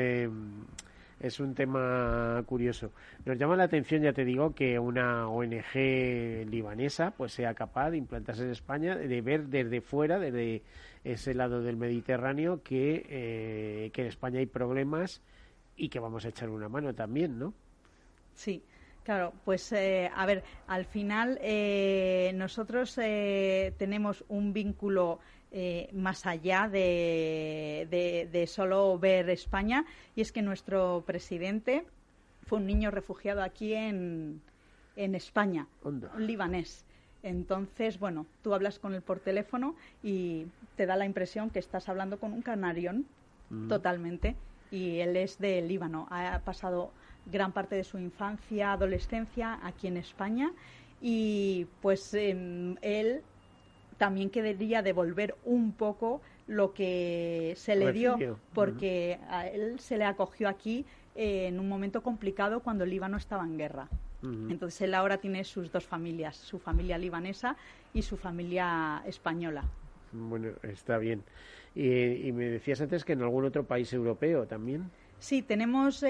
un tema curioso. Nos llama la atención, ya te digo, que una ONG libanesa pues sea capaz de implantarse en España, de ver desde fuera, desde ese lado del Mediterráneo, que en España hay problemas y que vamos a echar una mano también, ¿no? Sí. Claro, pues a ver, al final nosotros tenemos un vínculo más allá de solo ver España, y es que nuestro presidente fue un niño refugiado aquí en España, un libanés. Entonces, bueno, tú hablas con él por teléfono y te da la impresión que estás hablando con un canarión totalmente, y él es de Líbano, ha pasado gran parte de su infancia, adolescencia aquí en España, y pues él también querría devolver un poco lo que se le dio, porque a él se le acogió aquí en un momento complicado cuando el Líbano estaba en guerra. Entonces él ahora tiene sus dos familias, su familia libanesa y su familia española. Bueno, está bien. Y me decías antes que en algún otro país europeo también. Sí, tenemos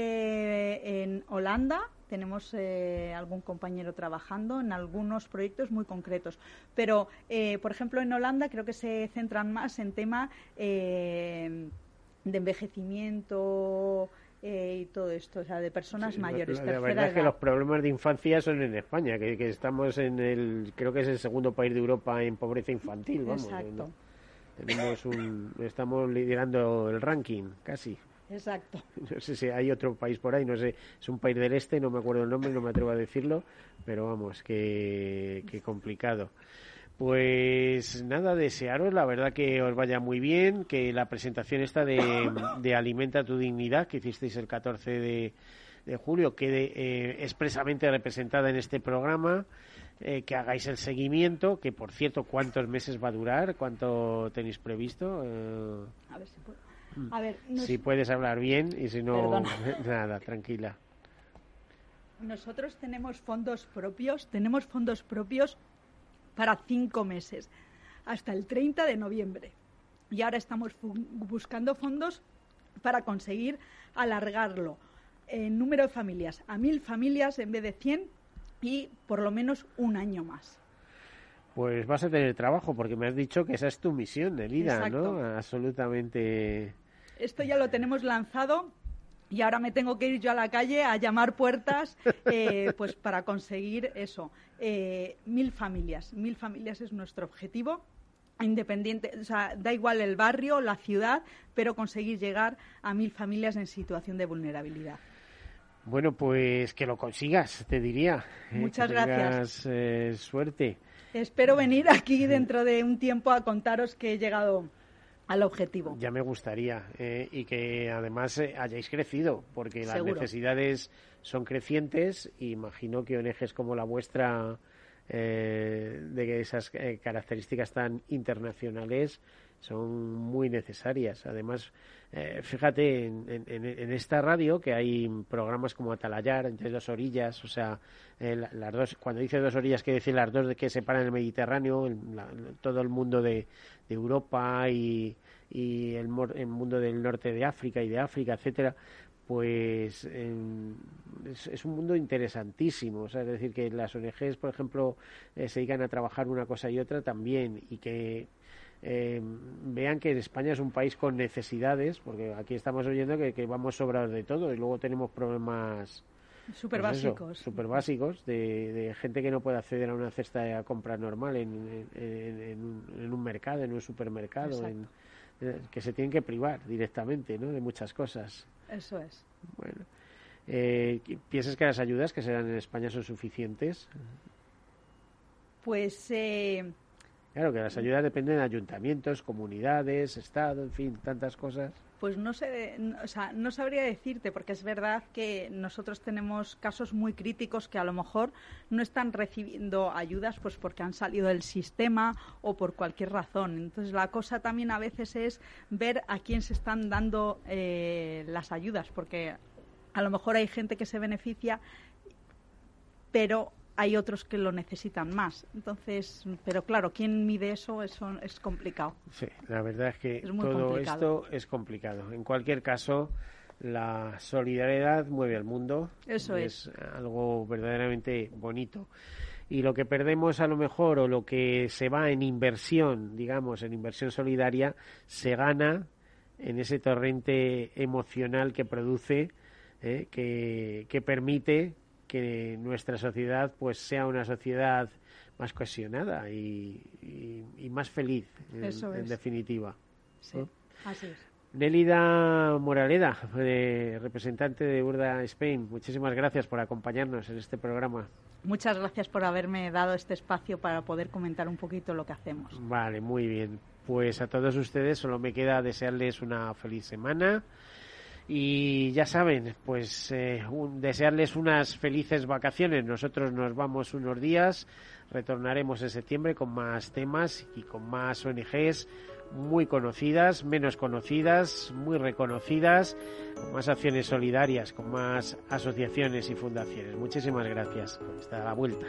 en Holanda, tenemos algún compañero trabajando en algunos proyectos muy concretos. Pero, por ejemplo, en Holanda creo que se centran más en tema de envejecimiento y todo esto, o sea, de personas mayores. La verdad es que los problemas de infancia son en España, que estamos creo que es el segundo país de Europa en pobreza infantil, vamos. Exacto. Estamos liderando el ranking, casi. Exacto. No sé si hay otro país por ahí, no sé, es un país del este, no me acuerdo el nombre, no me atrevo a decirlo, pero vamos, que complicado. Pues nada, desearos, la verdad que os vaya muy bien, que la presentación esta de Alimenta tu Dignidad, que hicisteis el 14 de julio, quede expresamente representada en este programa, que hagáis el seguimiento, que por cierto, ¿cuántos meses va a durar? ¿Cuánto tenéis previsto? A ver si puedo. A ver, si puedes hablar bien y si no, Perdona. nada, tranquila. Nosotros tenemos fondos propios para 5 meses, hasta el 30 de noviembre. Y ahora estamos buscando fondos para conseguir alargarlo en número de familias a 1.000 familias en vez de 100 y por lo menos un año más. Pues vas a tener trabajo, porque me has dicho que esa es tu misión de vida, Exacto. ¿no? Absolutamente. Esto ya lo tenemos lanzado y ahora me tengo que ir yo a la calle a llamar puertas pues para conseguir eso. 1.000 familias. 1.000 familias es nuestro objetivo. Independiente, o sea, da igual el barrio, la ciudad, pero conseguir llegar a 1.000 familias en situación de vulnerabilidad. Bueno, pues que lo consigas, te diría. Muchas que gracias. Tengas suerte. Espero venir aquí dentro de un tiempo a contaros que he llegado al objetivo. Ya me gustaría, y que además hayáis crecido, porque las Seguro. necesidades son crecientes, y imagino que ONGs como la vuestra, de esas características tan internacionales, son muy necesarias. Además, fíjate, en esta radio, que hay programas como Atalayar, Entre dos orillas, o sea, las dos, cuando dice dos orillas, quiere decir las dos que separan el Mediterráneo, todo el mundo de Europa y el mundo del norte de África y de África, etcétera. pues es un mundo interesantísimo. O sea, es decir, que las ONGs, por ejemplo, se dedican a trabajar una cosa y otra también, y que vean que España es un país con necesidades, porque aquí estamos oyendo que vamos sobrados de todo y luego tenemos problemas súper básicos. Súper básicos de gente que no puede acceder a una cesta de compra normal en un mercado, en un supermercado, que se tienen que privar directamente, ¿no?, de muchas cosas. Eso es. Bueno, ¿piensas que las ayudas que se dan en España son suficientes? Pues claro, que las ayudas dependen de ayuntamientos, comunidades, Estado, en fin, tantas cosas. Pues no sé, no sabría decirte, porque es verdad que nosotros tenemos casos muy críticos que a lo mejor no están recibiendo ayudas pues porque han salido del sistema o por cualquier razón. Entonces la cosa también a veces es ver a quién se están dando las ayudas, porque a lo mejor hay gente que se beneficia, pero hay otros que lo necesitan más. Entonces, pero claro, ¿quién mide eso? Eso es complicado. Sí, la verdad es que todo complicado. Esto es complicado. En cualquier caso, la solidaridad mueve al mundo. Eso es algo verdaderamente bonito. Y lo que perdemos a lo mejor, o lo que se va en inversión, digamos, en inversión solidaria, se gana en ese torrente emocional que produce, que permite que nuestra sociedad pues sea una sociedad más cohesionada y más feliz, en definitiva. Sí, ¿no? Así es. Nélida Moraleda, representante de Urda Spain, muchísimas gracias por acompañarnos en este programa. Muchas gracias por haberme dado este espacio para poder comentar un poquito lo que hacemos. Vale, muy bien. Pues a todos ustedes solo me queda desearles una feliz semana. Y ya saben, pues desearles unas felices vacaciones. Nosotros nos vamos unos días, retornaremos en septiembre con más temas y con más ONGs muy conocidas, menos conocidas, muy reconocidas, con más acciones solidarias, con más asociaciones y fundaciones. Muchísimas gracias. Hasta la vuelta.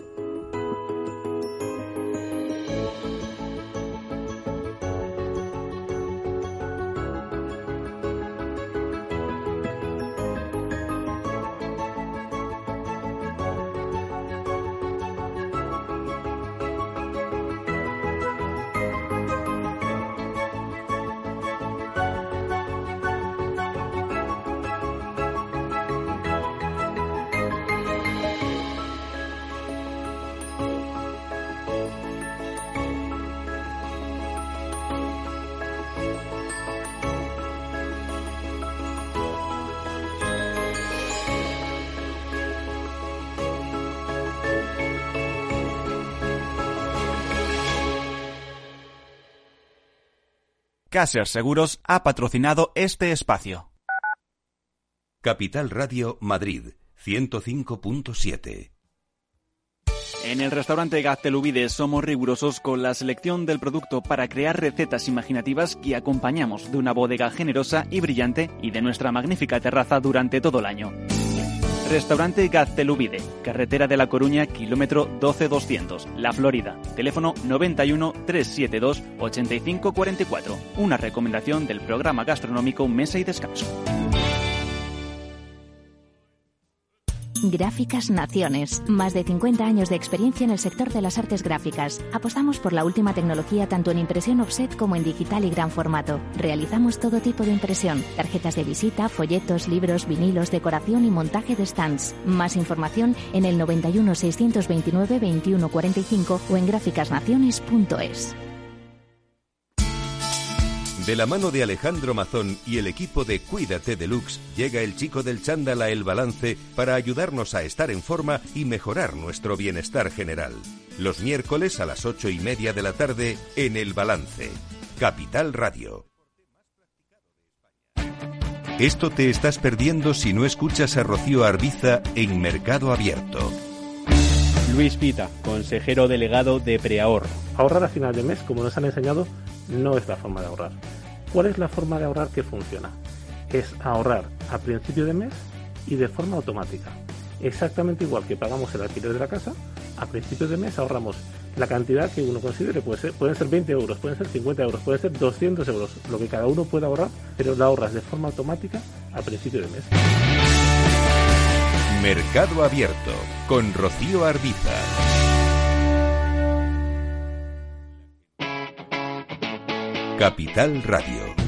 Caser Seguros ha patrocinado este espacio. Capital Radio Madrid, 105.7. En el restaurante Gaztelubides somos rigurosos con la selección del producto para crear recetas imaginativas que acompañamos de una bodega generosa y brillante y de nuestra magnífica terraza durante todo el año. Restaurante Gaztelubide, carretera de La Coruña, kilómetro 12200, La Florida. Teléfono 91 372 8544. Una recomendación del programa gastronómico Mesa y Descanso. Gráficas Naciones. Más de 50 años de experiencia en el sector de las artes gráficas. Apostamos por la última tecnología tanto en impresión offset como en digital y gran formato. Realizamos todo tipo de impresión. Tarjetas de visita, folletos, libros, vinilos, decoración y montaje de stands. Más información en el 91 629 2145 o en gráficasnaciones.es. De la mano de Alejandro Mazón y el equipo de Cuídate Deluxe, llega el chico del chándal a El Balance para ayudarnos a estar en forma y mejorar nuestro bienestar general. Los miércoles a las 8:30 de la tarde en El Balance. Capital Radio. Esto te estás perdiendo si no escuchas a Rocío Arbiza en Mercado Abierto. Luis Pita, consejero delegado de Preahorro. Ahorrar a final de mes, como nos han enseñado, no es la forma de ahorrar. ¿Cuál es la forma de ahorrar que funciona? Es ahorrar a principio de mes y de forma automática. Exactamente igual que pagamos el alquiler de la casa, a principio de mes ahorramos la cantidad que uno considere. Pueden ser 20 euros, pueden ser 50 euros, pueden ser 200 euros, lo que cada uno pueda ahorrar, pero la ahorras de forma automática a principio de mes. Mercado Abierto con Rocío Arbiza. Capital Radio.